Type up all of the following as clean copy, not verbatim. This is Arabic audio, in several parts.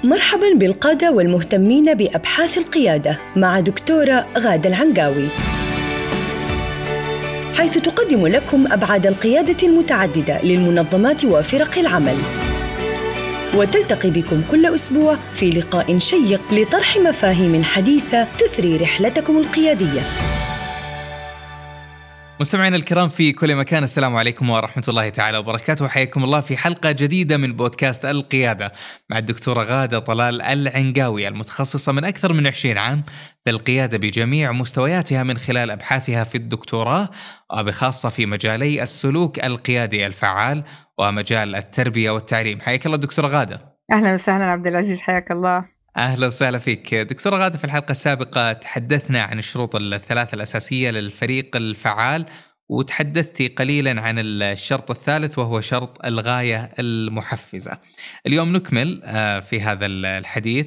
مرحباً بالقادة والمهتمين بأبحاث القيادة مع دكتورة غادة العنقاوي، حيث تقدم لكم أبعاد القيادة المتعددة للمنظمات وفرق العمل، وتلتقي بكم كل أسبوع في لقاء شيق لطرح مفاهيم حديثة تثري رحلتكم القيادية. مستمعينا الكرام في كل مكان، السلام عليكم ورحمة الله تعالى وبركاته. حياكم الله في حلقة جديدة من بودكاست القيادة مع الدكتورة غادة طلال العنقاوي، المتخصصة من أكثر من 20 عام في القيادة بجميع مستوياتها من خلال أبحاثها في الدكتوراه، وبخاصة في مجالي السلوك القيادي الفعال ومجال التربية والتعليم. حياك الله دكتورة غادة. أهلا وسهلا عبد العزيز، حياك الله. أهلا وسهلا فيك دكتورة غادة. في الحلقة السابقة تحدثنا عن الشروط الثلاث الأساسية للفريق الفعال، وتحدثتي قليلا عن الشرط الثالث وهو شرط الغاية المحفزة. اليوم نكمل في هذا الحديث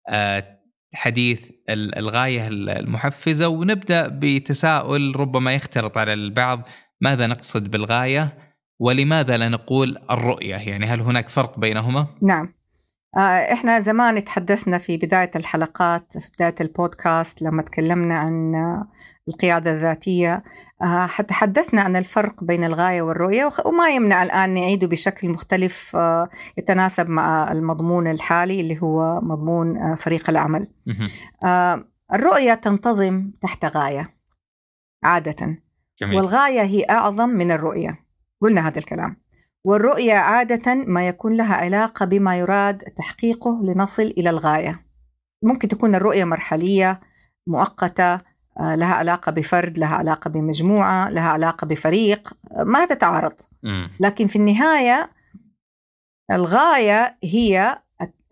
حديث الغاية المحفزة، ونبدأ بتساؤل ربما يختلط على البعض: ماذا نقصد بالغاية ولماذا لا نقول الرؤية؟ يعني هل هناك فرق بينهما؟ نعم، إحنا زمان تحدثنا في بداية الحلقات، في بداية البودكاست لما تكلمنا عن القيادة الذاتية، تحدثنا عن الفرق بين الغاية والرؤية، وما يمنع الآن نعيده بشكل مختلف يتناسب مع المضمون الحالي اللي هو مضمون فريق العمل. الرؤية تنتظم تحت غاية عادة. جميل. والغاية هي أعظم من الرؤية، قلنا هذا الكلام. والرؤية عادة ما يكون لها علاقة بما يراد تحقيقه لنصل إلى الغاية. ممكن تكون الرؤية مرحلية مؤقتة، لها علاقة بفرد، لها علاقة بمجموعة، لها علاقة بفريق، ما تتعارض. لكن في النهاية الغاية هي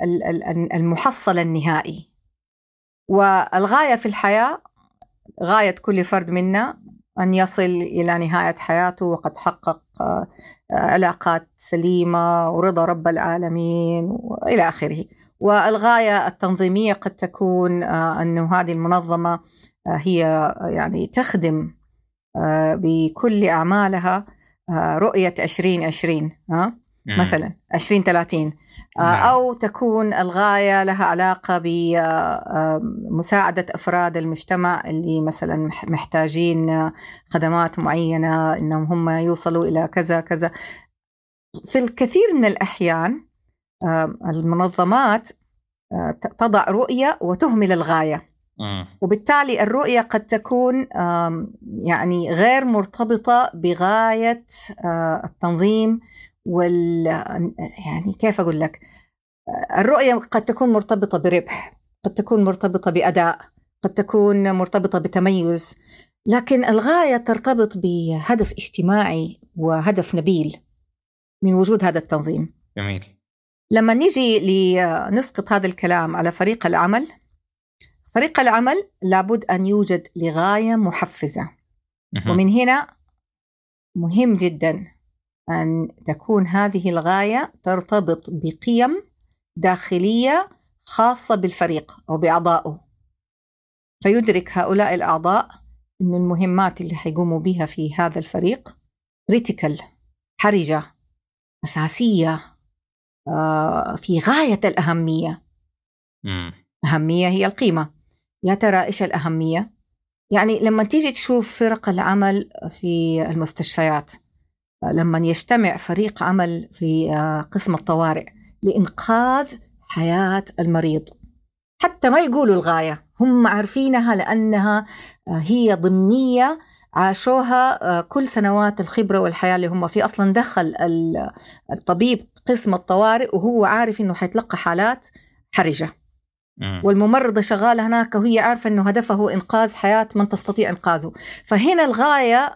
المحصل النهائي، والغاية في الحياة غاية كل فرد منا أن يصل إلى نهاية حياته وقد حقق علاقات سليمة ورضا رب العالمين وإلى آخره. والغاية التنظيمية قد تكون أنه هذه المنظمة هي يعني تخدم بكل أعمالها رؤية 2020 مثلا 2030، أو تكون الغاية لها علاقة بمساعدة أفراد المجتمع اللي مثلا محتاجين خدمات معينة، إنهم هم يوصلوا إلى كذا كذا. في الكثير من الأحيان المنظمات تضع رؤية وتهمل الغاية، وبالتالي الرؤية قد تكون يعني غير مرتبطة بغاية التنظيم يعني كيف أقول لك، الرؤية قد تكون مرتبطة بربح، قد تكون مرتبطة بأداء، قد تكون مرتبطة بتميز، لكن الغاية ترتبط بهدف اجتماعي وهدف نبيل من وجود هذا التنظيم. جميل. لما نيجي لنسقط هذا الكلام على فريق العمل، فريق العمل لابد أن يوجد لغاية محفزة، ومن هنا مهم جدا أن تكون هذه الغاية ترتبط بقيم داخلية خاصة بالفريق أو بأعضائه، فيدرك هؤلاء الأعضاء أن المهمات اللي حيقوموا بها في هذا الفريق critical، حرجة، أساسية، في غاية الأهمية. أهمية هي القيمة. يا ترى إيش الأهمية؟ يعني لما تيجي تشوف فرق العمل في المستشفيات، لما يجتمع فريق عمل في قسم الطوارئ لإنقاذ حياة المريض، حتى ما يقولوا الغاية، هم عارفينها لأنها هي ضمنية عاشوها كل سنوات الخبرة والحياة اللي هم فيه. أصلا دخل الطبيب قسم الطوارئ وهو عارف إنه حيتلقى حالات حرجة، والممرضة شغالة هناك وهي عارفة إنه هدفه إنقاذ حياة من تستطيع إنقاذه. فهنا الغاية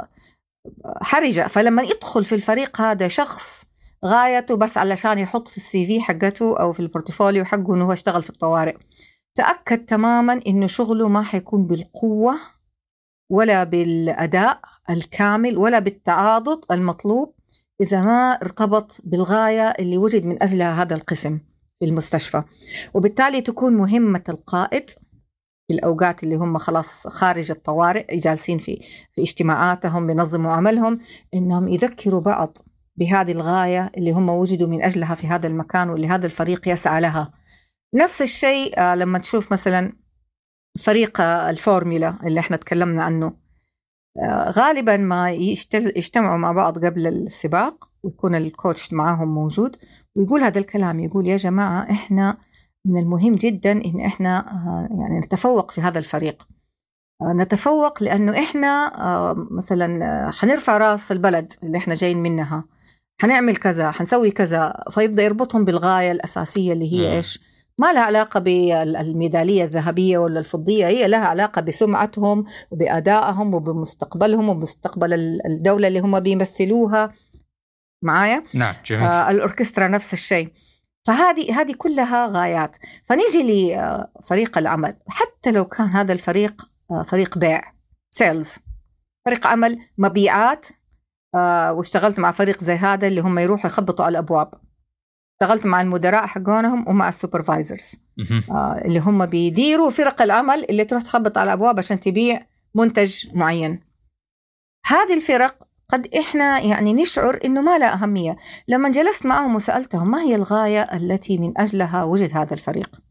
حرجة. فلما يدخل في الفريق هذا شخص غايته بس علشان يحط في السي في حقته أو في البورتفوليو حقه إنه هو اشتغل في الطوارئ، تأكد تماما إنه شغله ما حيكون بالقوة ولا بالأداء الكامل ولا بالتعاضد المطلوب إذا ما ارتبط بالغاية اللي وجد من أجلها هذا القسم في المستشفى. وبالتالي تكون مهمة القائد في الأوقات اللي هم خلاص خارج الطوارئ جالسين في اجتماعاتهم بينظموا عملهم، إنهم يذكروا بعض بهذه الغاية اللي هم وجدوا من أجلها في هذا المكان واللي هذا الفريق يسعى لها. نفس الشيء لما تشوف مثلا فريق الفورمولا اللي احنا تكلمنا عنه، غالبا ما يجتمعوا مع بعض قبل السباق ويكون الكوتش معاهم موجود ويقول هذا الكلام، يقول يا جماعة احنا من المهم جدا ان احنا يعني نتفوق في هذا الفريق، نتفوق لأنه إحنا مثلا حنرفع راس البلد اللي إحنا جايين منها، حنعمل كذا، حنسوي كذا. فيبدأ يربطهم بالغاية الأساسية اللي هي إيش؟ ما لها علاقة بالميدالية الذهبية ولا الفضية، هي لها علاقة بسمعتهم وبأدائهم وبمستقبلهم وبمستقبل الدولة اللي هم بيمثلوها. معايا؟ نعم جميل. الأوركسترا نفس الشيء. فهذه كلها غايات. فنيجي لفريق العمل، حتى لو كان هذا الفريق فريق بيع سيلز، فريق عمل مبيعات، واشتغلت مع فريق زي هذا اللي هم يروحوا يخبطوا على الأبواب، اشتغلت مع المدراء حقونهم ومع السوبرفايزرز اللي هم بيديروا فرق العمل اللي تروح تخبط على الأبواب عشان تبيع منتج معين. هذه الفرق قد إحنا يعني نشعر إنه ما لا أهمية. لما جلست معهم وسألتهم ما هي الغاية التي من أجلها وجد هذا الفريق،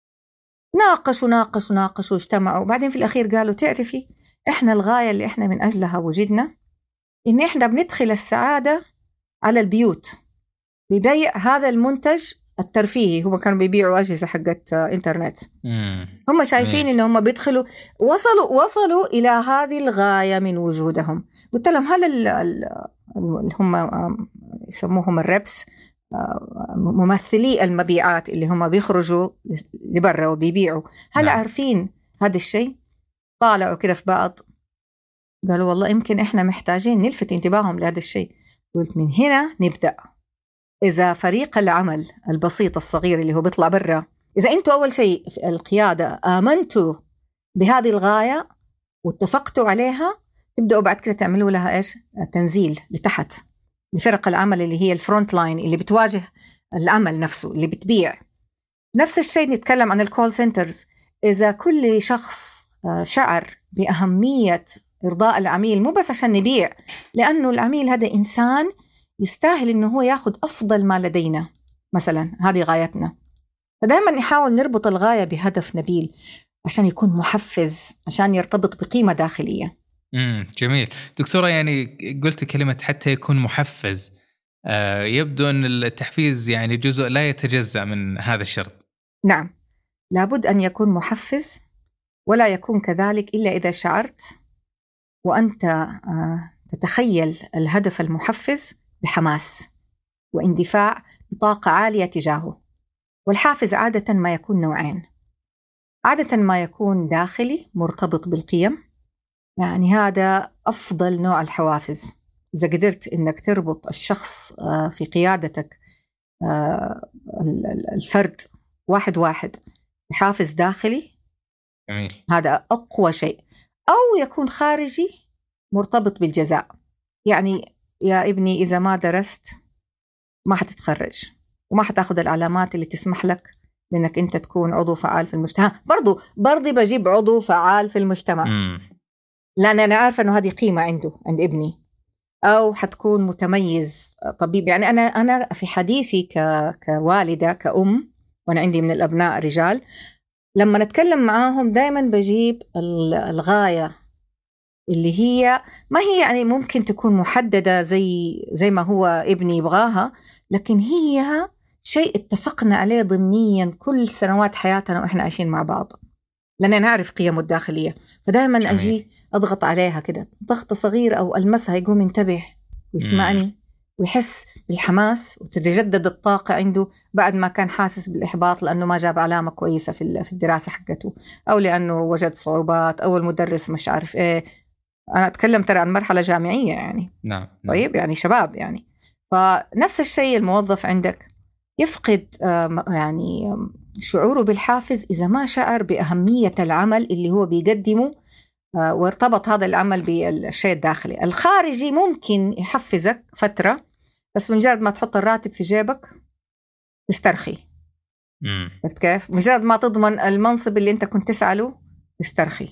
ناقشوا واجتمعوا، وبعدين في الأخير قالوا تعرفي إحنا الغاية اللي إحنا من أجلها وجدنا إن إحنا بندخل السعادة على البيوت ببيع هذا المنتج الترفيهي. هم كانوا بيبيعوا أجهزة حقت إنترنت، هم شايفين إنه هم بيدخلوا وصلوا إلى هذه الغاية من وجودهم. قلت لهم هل اللي هم يسموهم الربس، ممثلي المبيعات اللي هم بيخرجوا لبرا وبيبيعوا، هل عارفين هذا الشيء؟ طالعوا كده في بعض قالوا والله يمكن إحنا محتاجين نلفت انتباههم لهذا الشيء. قلت من هنا نبدأ. إذا فريق العمل البسيط الصغير اللي هو بيطلع برا، إذا أنتوا أول شيء في القيادة آمنتوا بهذه الغاية واتفقتوا عليها، تبدأوا بعد كده تعملوا لها إيش؟ تنزيل لتحت لفرق العمل اللي هي الفرونت لاين اللي بتواجه العمل نفسه اللي بتبيع. نفس الشيء نتكلم عن الكول سنترز. إذا كل شخص شعر بأهمية إرضاء العميل، مو بس عشان نبيع، لأنه العميل هذا إنسان يستاهل إنه هو ياخد أفضل ما لدينا مثلا، هذه غايتنا. فدائما نحاول نربط الغاية بهدف نبيل عشان يكون محفز، عشان يرتبط بقيمة داخلية. جميل دكتورة. يعني قلت كلمة حتى يكون محفز، يبدو أن التحفيز يعني جزء لا يتجزأ من هذا الشرط. نعم، لابد أن يكون محفز، ولا يكون كذلك إلا إذا شعرت وأنت تتخيل الهدف المحفز بحماس واندفاع بطاقة عالية تجاهه. والحافز عادة ما يكون نوعين، عادة ما يكون داخلي مرتبط بالقيم، يعني هذا أفضل نوع الحوافز. إذا قدرت إنك تربط الشخص في قيادتك الفرد واحد بحافز داخلي، جميل. هذا أقوى شيء. أو يكون خارجي مرتبط بالجزاء، يعني يا ابني إذا ما درست ما حتتخرج وما حتاخد العلامات اللي تسمح لك بأنك أنت تكون عضو فعال في المجتمع. برضو بجيب عضو فعال في المجتمع لأن أنا عارفة أنه هذه قيمة عند ابني. أو حتكون متميز طبيب. يعني أنا في حديثي كوالدة كأم، وأنا عندي من الأبناء رجال، لما نتكلم معاهم دايما بجيب الغاية اللي هي ما هي يعني ممكن تكون محددة زي ما هو ابني يبغاها، لكن هي شيء اتفقنا عليه ضمنيا كل سنوات حياتنا وإحنا عايشين مع بعض، لأننا نعرف قيمه الداخلية. فدائما أجي أضغط عليها كده ضغط صغير أو ألمسها، يقوم ينتبه ويسمعني ويحس بالحماس وتتجدد الطاقة عنده بعد ما كان حاسس بالإحباط لأنه ما جاب علامة كويسة في الدراسة حقته، أو لأنه وجد صعوبات، أو المدرس مش عارف إيه. أنا أتكلم ترى عن مرحلة جامعية يعني. نعم. طيب يعني شباب يعني. فنفس الشيء الموظف عندك يفقد يعني شعوره بالحافز إذا ما شعر بأهمية العمل اللي هو بيقدمه، وارتبط هذا العمل بالشيء الداخلي. الخارجي ممكن يحفزك فترة، بس مجرد ما تحط الراتب في جيبك تسترخي. عرفت كيف؟ مجرد ما تضمن المنصب اللي انت كنت تسعى له تسترخي.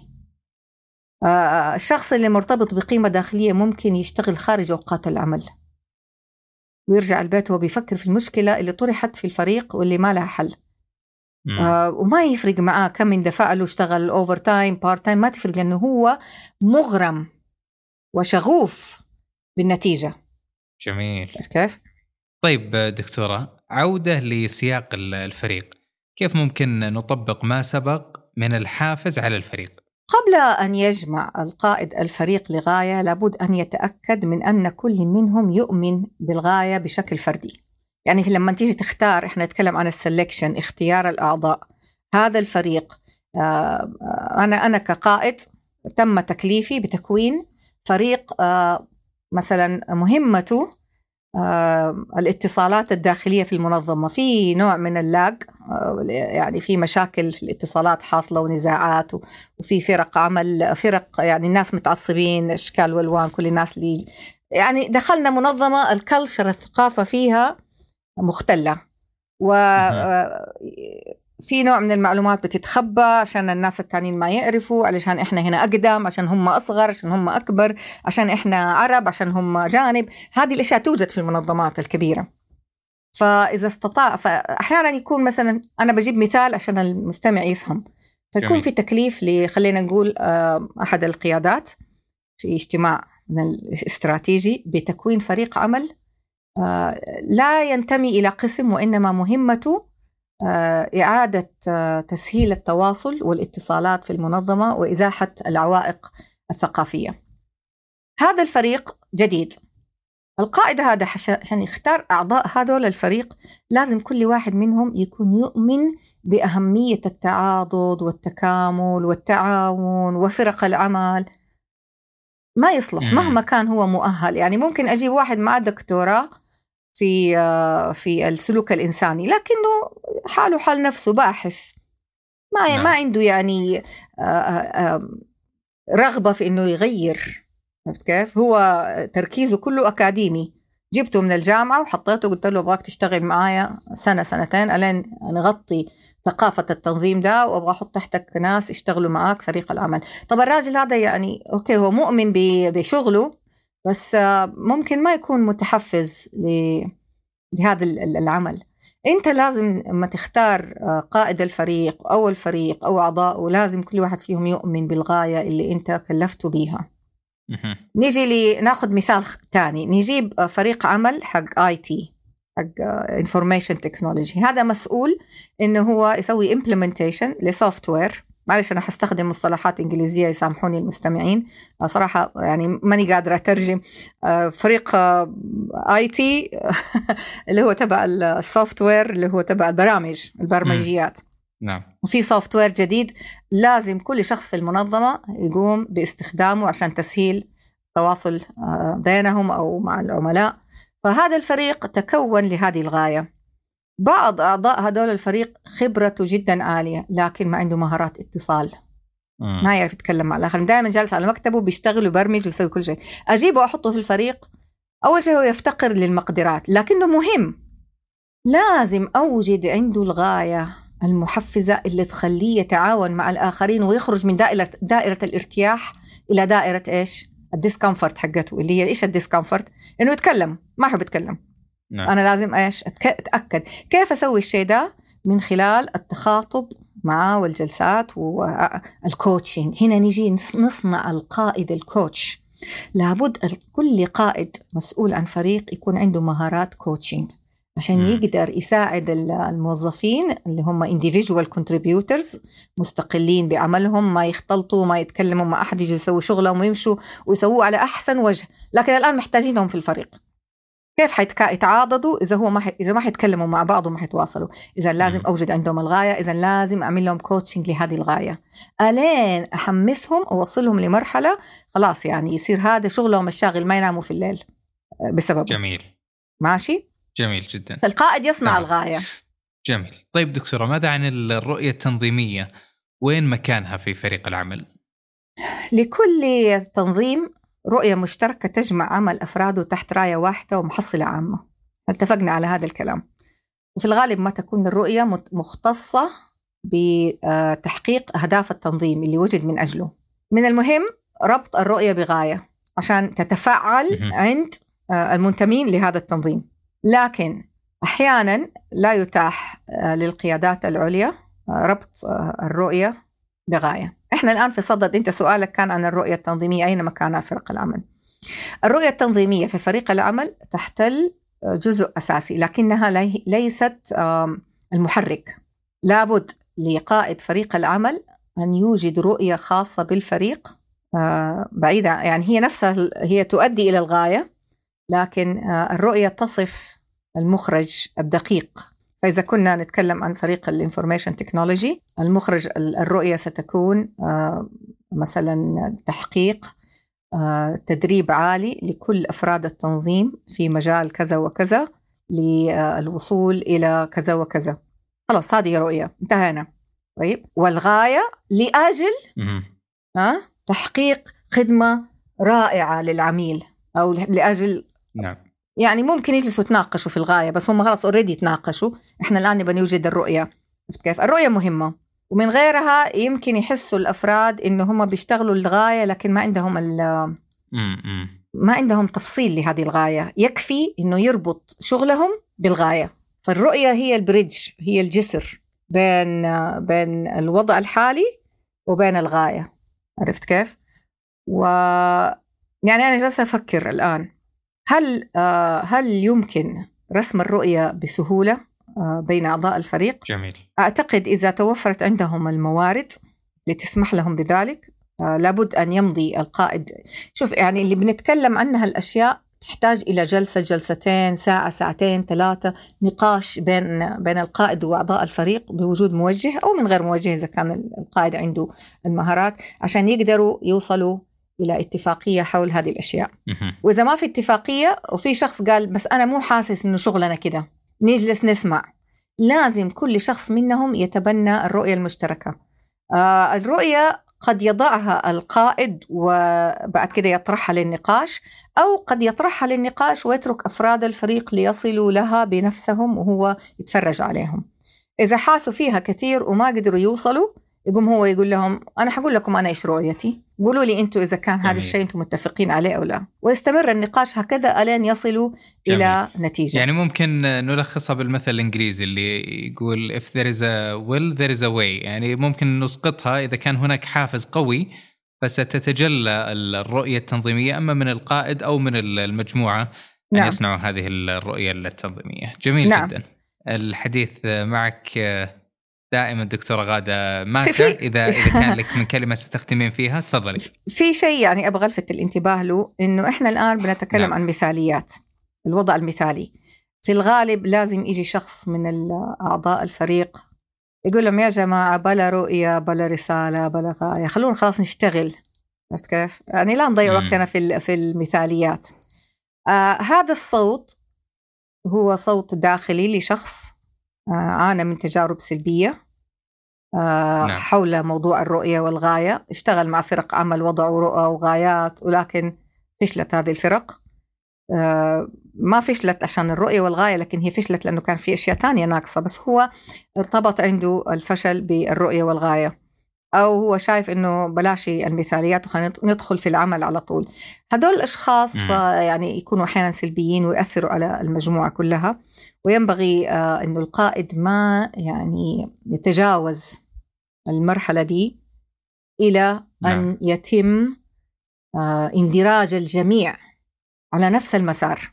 الشخص اللي مرتبط بقيمة داخلية ممكن يشتغل خارج أوقات العمل ويرجع البيت وهو بيفكر في المشكلة اللي طرحت في الفريق واللي ما لها حل. وما يفرق معاه كم من دفع له، اشتغل اوفر تايم بارت تايم، ما تفرق، لأنه هو مغرم وشغوف بالنتيجة. جميل. كيف؟ طيب دكتورة، عودة لسياق الفريق، كيف ممكن نطبق ما سبق من الحافز على الفريق؟ قبل أن يجمع القائد الفريق لغاية لابد أن يتأكد من أن كل منهم يؤمن بالغاية بشكل فردي. يعني لما تيجي تختار، إحنا نتكلم عن السلكشن، اختيار الأعضاء هذا الفريق. أنا كقائد تم تكليفي بتكوين فريق مثلا مهمته الاتصالات الداخلية في المنظمة. في نوع من اللاج، يعني في مشاكل في الاتصالات حاصلة ونزاعات، وفي فرق عمل، فرق يعني الناس متعصبين أشكال والوان، كل الناس اللي يعني دخلنا منظمة الكالتشر الثقافة فيها مختلة، وفي نوع من المعلومات بتتخبى عشان الناس التانيين ما يعرفوا، علشان إحنا هنا أقدم، عشان هم أصغر، عشان هم أكبر، عشان إحنا عرب، عشان هم جانب. هذه الأشياء توجد في المنظمات الكبيرة. فإذا استطاع، فأحيانا يكون مثلا، أنا بجيب مثال عشان المستمع يفهم، فيكون في تكليف خلينا نقول أحد القيادات في اجتماع من الاستراتيجي بتكوين فريق عمل لا ينتمي إلى قسم، وإنما مهمته إعادة تسهيل التواصل والاتصالات في المنظمة وإزاحة العوائق الثقافية. هذا الفريق جديد، القائد هذا عشان يختار أعضاء هذول الفريق لازم كل واحد منهم يكون يؤمن بأهمية التعاضد والتكامل والتعاون وفرق العمل. ما يصلح مهما كان هو مؤهل، يعني ممكن أجيب واحد مع دكتوراه في السلوك الإنساني، لكنه حاله حال نفسه باحث، ما عنده يعني رغبة في إنه يغير. عرفت كيف؟ هو تركيزه كله أكاديمي، جبته من الجامعة وحطيته قلت له أبغاك تشتغل معايا سنة سنتين ألين نغطي ثقافة التنظيم ده، وأبغى أحط تحتك ناس يشتغلوا معاك فريق العمل. طب الراجل هذا يعني أوكي هو مؤمن بشغله، بس ممكن ما يكون متحفز لهذا العمل. أنت لازم لما تختار قائد الفريق أو الفريق أو أعضاءه لازم كل واحد فيهم يؤمن بالغاية اللي أنت كلفته بيها. نيجي ناخذ مثال تاني، نجيب فريق عمل حق IT، حق Information Technology. هذا مسؤول إنه هو يسوي implementation لسوفتوير. معلش أنا حستخدم مصطلحات إنجليزية يسامحوني المستمعين، صراحة يعني ماني قادرة أترجم. فريق IT اللي هو تبع السوفتوير، اللي هو تبع البرمجيات. نعم. وفي سوفتوير جديد لازم كل شخص في المنظمة يقوم باستخدامه عشان تسهيل التواصل بينهم أو مع العملاء. فهذا الفريق تكون لهذه الغاية. بعض أعضاء هذول الفريق خبرته جدا عالية لكن ما عنده مهارات اتصال، ما يعرف يتكلم مع الآخر، دائما جالس على مكتبه بيشتغل وبرمج ويسوي كل شيء. أجيبه وأحطه في الفريق، أول شيء هو يفتقر للمقدرات لكنه مهم. لازم أوجد عنده الغاية المحفزة اللي تخليه يتعاون مع الآخرين ويخرج من دائرة الارتياح إلى دائرة إيش؟ الديسكمفورت حقته، اللي هي إيش الديسكمفورت؟ إنه يتكلم، ما أحب يتكلم. نعم. أنا لازم إيش؟ أتأكد كيف أسوي الشيء ده من خلال التخاطب معه والجلسات والكوتشنج. هنا نيجي نصنع القائد الكوتش. لابد كل قائد مسؤول عن فريق يكون عنده مهارات كوتشنج عشان يقدر يساعد الموظفين اللي هم individual contributors، مستقلين بعملهم، ما يختلطوا، ما يتكلموا مع أحد، يجوا يسووا شغلهم ويمشوا ويسووا على أحسن وجه. لكن الآن محتاجينهم في الفريق. كيف يتعاضدوا إذا ما حيتكلموا مع بعض وما حيتواصلوا؟ إذا لازم أوجد عندهم الغاية، إذا لازم أعمل لهم كوتشنج لهذه الغاية ألين أحمسهم وأوصلهم لمرحلة خلاص يعني يصير هذا شغلهم الشاغل، ما يناموا في الليل بسببه. جميل. ماشي. جميل جدا. القائد يصنع الغاية. جميل. طيب دكتورة، ماذا عن الرؤية التنظيمية؟ وين مكانها في فريق العمل؟ لكل تنظيم رؤية مشتركة تجمع عمل أفراده تحت راية واحدة ومحصلة عامة. اتفقنا على هذا الكلام. وفي الغالب ما تكون الرؤية مختصة بتحقيق أهداف التنظيم اللي وجد من أجله. من المهم ربط الرؤية بغاية عشان تتفاعل عند المنتمين لهذا التنظيم. لكن أحيانا لا يتاح للقيادات العليا ربط الرؤية بغاية. إحنا الآن في صدد، أنت سؤالك كان عن الرؤية التنظيمية أين مكانها في فريق العمل. الرؤية التنظيمية في فريق العمل تحتل جزء أساسي، لكنها ليست المحرك. لابد لقائد فريق العمل أن يوجد رؤية خاصة بالفريق بعيدة، يعني هي نفسها هي تؤدي إلى الغاية، لكن الرؤية تصف المخرج الدقيق. فإذا كنا نتكلم عن فريق الانفورميشن تكنولوجي، المخرج الرؤية ستكون مثلا تحقيق تدريب عالي لكل أفراد التنظيم في مجال كذا وكذا للوصول إلى كذا وكذا. خلاص هذه رؤية، انتهينا. طيب، والغاية لأجل تحقيق خدمة رائعة للعميل أو لأجل نعم. يعني ممكن يجلسوا يتناقشوا في الغاية، بس هم خلاص already يتناقشوا. إحنا الآن نبغى نوجد الرؤية. كيف الرؤية مهمة، ومن غيرها يمكن يحسوا الأفراد إنه هم بيشتغلوا الغاية لكن ما عندهم تفصيل لهذه الغاية. يكفي إنه يربط شغلهم بالغاية. فالرؤية هي البريدج، هي الجسر بين الوضع الحالي وبين الغاية. عرفت كيف؟ يعني أنا جالسة أفكر الآن، هل يمكن رسم الرؤية بسهولة بين أعضاء الفريق؟ جميل. أعتقد إذا توفرت عندهم الموارد لتسمح لهم بذلك. لابد أن يمضي القائد. شوف، يعني اللي بنتكلم عنها الأشياء تحتاج إلى جلسة، جلستين، ساعة، ساعتين، 3 نقاش بين القائد وأعضاء الفريق بوجود موجه أو من غير موجه إذا كان القائد عنده المهارات، عشان يقدروا يوصلوا إلى اتفاقية حول هذه الأشياء. وإذا ما في اتفاقية وفي شخص قال بس أنا مو حاسس إنه شغلنا كده، نجلس نسمع. لازم كل شخص منهم يتبنى الرؤية المشتركة. الرؤية قد يضعها القائد وبعد كده يطرحها للنقاش، أو قد يطرحها للنقاش ويترك أفراد الفريق ليصلوا لها بنفسهم وهو يتفرج عليهم. إذا حاسوا فيها كثير وما قدروا يوصلوا، يقوم هو يقول لهم أنا حقول لكم أنا إيش رؤيتي، قولوا لي أنتوا إذا كان هذا الشيء أنتم متفقين عليه أو لا، ويستمر النقاش هكذا ألين يصلوا إلى نتيجة. يعني ممكن نلخصها بالمثل الإنجليزي اللي يقول if there is a will there is a way. يعني ممكن نسقطها إذا كان هناك حافز قوي فستتجلى الرؤية التنظيمية، أما من القائد أو من المجموعة أن يصنعوا هذه الرؤية التنظيمية. جميل جدا. الحديث معك دائما دكتورة غادة ماتع. إذا كان لك من كلمة ستختمين فيها تفضلي. في شيء يعني أبغى ألفت الانتباه له، إنه إحنا الآن بنتكلم عن مثاليات. الوضع المثالي في الغالب لازم يجي شخص من أعضاء الفريق يقول لهم يا جماعة بلا رؤية بلا رسالة بلا غاية، خلونا خلاص نشتغل. بس كيف يعني لا نضيع وقتنا في المثاليات. هذا الصوت هو صوت داخلي لشخص عانى من تجارب سلبية حول موضوع الرؤية والغاية. اشتغل مع فرق عمل وضعوا رؤى وغايات، ولكن فشلت هذه الفرق. ما فشلت عشان الرؤية والغاية، لكن هي فشلت لأنه كان في أشياء تانية ناقصة، بس هو ارتبط عنده الفشل بالرؤية والغاية، أو هو شايف إنه بلاشي المثاليات وخلينا ندخل في العمل على طول. هدول الأشخاص يعني يكونوا أحيانا سلبيين ويأثروا على المجموعة كلها، وينبغي إنه القائد ما يعني يتجاوز المرحلة دي إلى أن يتم اندراج الجميع على نفس المسار.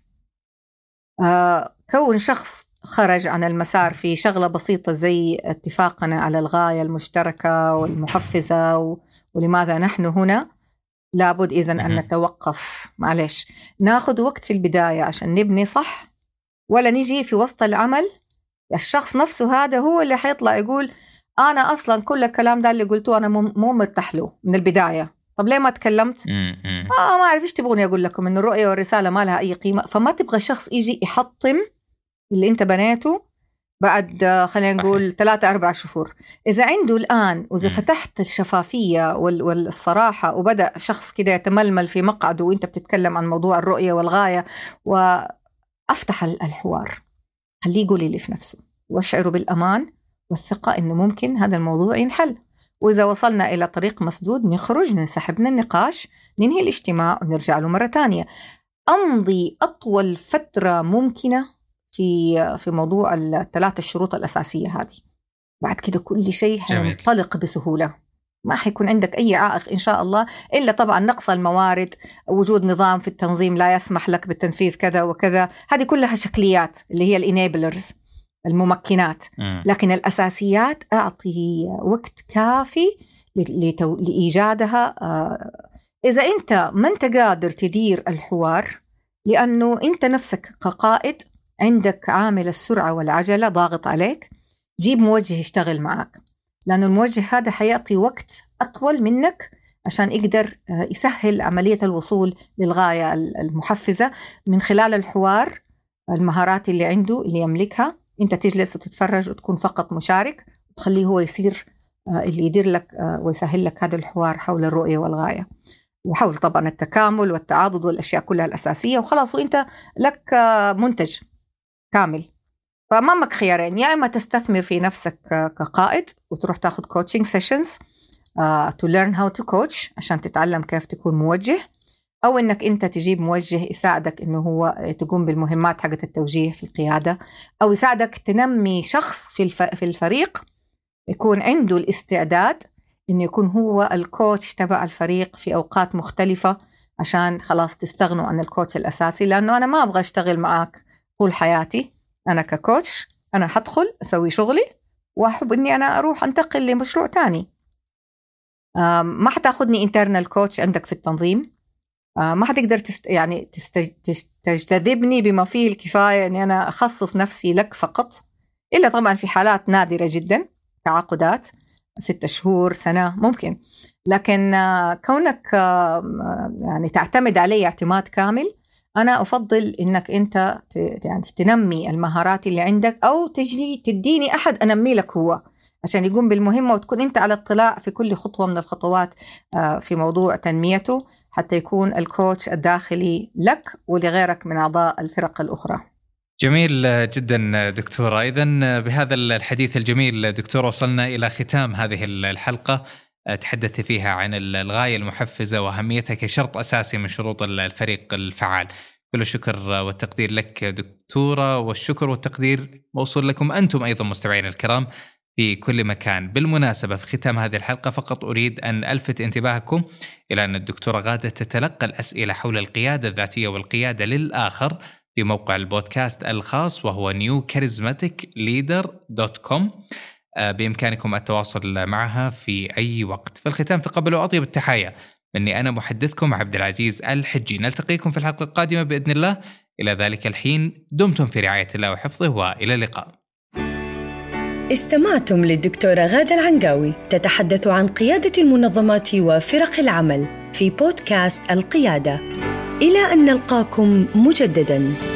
كون شخص خرج عن المسار في شغلة بسيطة زي اتفاقنا على الغاية المشتركة والمحفزة ولماذا نحن هنا، لابد إذن أن نتوقف. معلش ناخد وقت في البداية عشان نبني صح، ولا نجي في وسط العمل الشخص نفسه هذا هو اللي حيطلع يقول أنا أصلا كل الكلام ده اللي قلته أنا مو مرتاح له من البداية. طب ليه ما تكلمت؟ ما أعرف إيش تبغوني أقول لكم، إنه الرؤية والرسالة ما لها أي قيمة. فما تبغى شخص يجي يحطم اللي أنت بنيته بعد خلينا نقول 3-4 شهور. إذا عنده الآن وإذا فتحت الشفافية والصراحة وبدأ شخص كده يتململ في مقعده وإنت بتتكلم عن موضوع الرؤية والغاية، وأفتح الحوار، خليه يقول اللي في نفسه واشعره بالأمان والثقة إنه ممكن هذا الموضوع ينحل. وإذا وصلنا إلى طريق مسدود نخرج، ننسحب من النقاش، ننهي الاجتماع ونرجع له مرة تانية. أمضي أطول فترة ممكنة في موضوع ال3 الشروط الأساسية هذه. بعد كده كل شيء هينطلق بسهولة، ما حيكون عندك أي عائق إن شاء الله، إلا طبعا نقص الموارد، وجود نظام في التنظيم لا يسمح لك بالتنفيذ كذا وكذا. هذه كلها شكليات اللي هي الانيبلرز، الممكنات. لكن الأساسيات أعطي وقت كافي لإيجادها. إذا أنت ما أنت قادر تدير الحوار، لأنه أنت نفسك كقائد عندك عامل السرعة والعجلة ضاغط عليك، جيب موجه يشتغل معك، لأنه الموجه هذا حيعطي وقت أطول منك عشان يقدر يسهل عملية الوصول للغاية المحفزة من خلال الحوار. المهارات اللي عنده اللي يملكها، أنت تجلس وتتفرج وتكون فقط مشارك، وتخليه هو يصير اللي يدير لك ويسهل لك هذا الحوار حول الرؤية والغاية، وحول طبعا التكامل والتعاضد والأشياء كلها الأساسية، وخلاص وإنت لك منتج كامل. فأمامك خيارين، يا إما تستثمر في نفسك كقائد وتروح تاخد coaching sessions to learn how to coach عشان تتعلم كيف تكون موجه، أو إنك أنت تجيب موجه يساعدك إنه هو تقوم بالمهمات حقت التوجيه في القيادة، أو يساعدك تنمي شخص في الفريق يكون عنده الاستعداد إنه يكون هو الكوتش تبع الفريق في أوقات مختلفة، عشان خلاص تستغنوا عن الكوتش الأساسي. لأنه أنا ما أبغى أشتغل معاك طول حياتي، أنا ككوتش أنا حدخل أسوي شغلي وأحب إني أنا أروح أنتقل لمشروع تاني. ما حتاخدني internal coach عندك في التنظيم، ما حتقدر تجتذبني بما فيه الكفاية إني أنا أخصص نفسي لك فقط، إلا طبعا في حالات نادرة جدا، تعاقدات 6 شهور سنة ممكن. لكن كونك يعني تعتمد علي اعتماد كامل، أنا أفضل إنك أنت يعني تنمي المهارات اللي عندك، أو تديني أحد أنمي لك هو عشان يقوم بالمهمة، وتكون أنت على اطلاع في كل خطوة من الخطوات في موضوع تنميته، حتى يكون الكوتش الداخلي لك ولغيرك من أعضاء الفرق الأخرى. جميل جدا دكتورة. إذن بهذا الحديث الجميل دكتورة وصلنا إلى ختام هذه الحلقة، تحدثت فيها عن الغاية المحفزة وأهميتها كشرط أساسي من شروط الفريق الفعال. كل الشكر والتقدير لك دكتورة، والشكر والتقدير موصول لكم أنتم أيضا مستمعين الكرام في كل مكان. بالمناسبة في ختام هذه الحلقة فقط أريد أن ألفت انتباهكم إلى أن الدكتورة غادة تتلقى الأسئلة حول القيادة الذاتية والقيادة للآخر في موقع البودكاست الخاص وهو newcharismaticleader.com. بإمكانكم التواصل معها في أي وقت. في الختام تقبلوا أطيب التحايا مني أنا محدثكم عبد العزيز الحجي. نلتقيكم في الحلقة القادمة بإذن الله. إلى ذلك الحين دمتم في رعاية الله وحفظه، وإلى اللقاء. استمعتم للدكتورة غادة العنقاوي تتحدث عن قيادة المنظمات وفرق العمل في بودكاست القيادة. إلى أن نلقاكم مجدداً.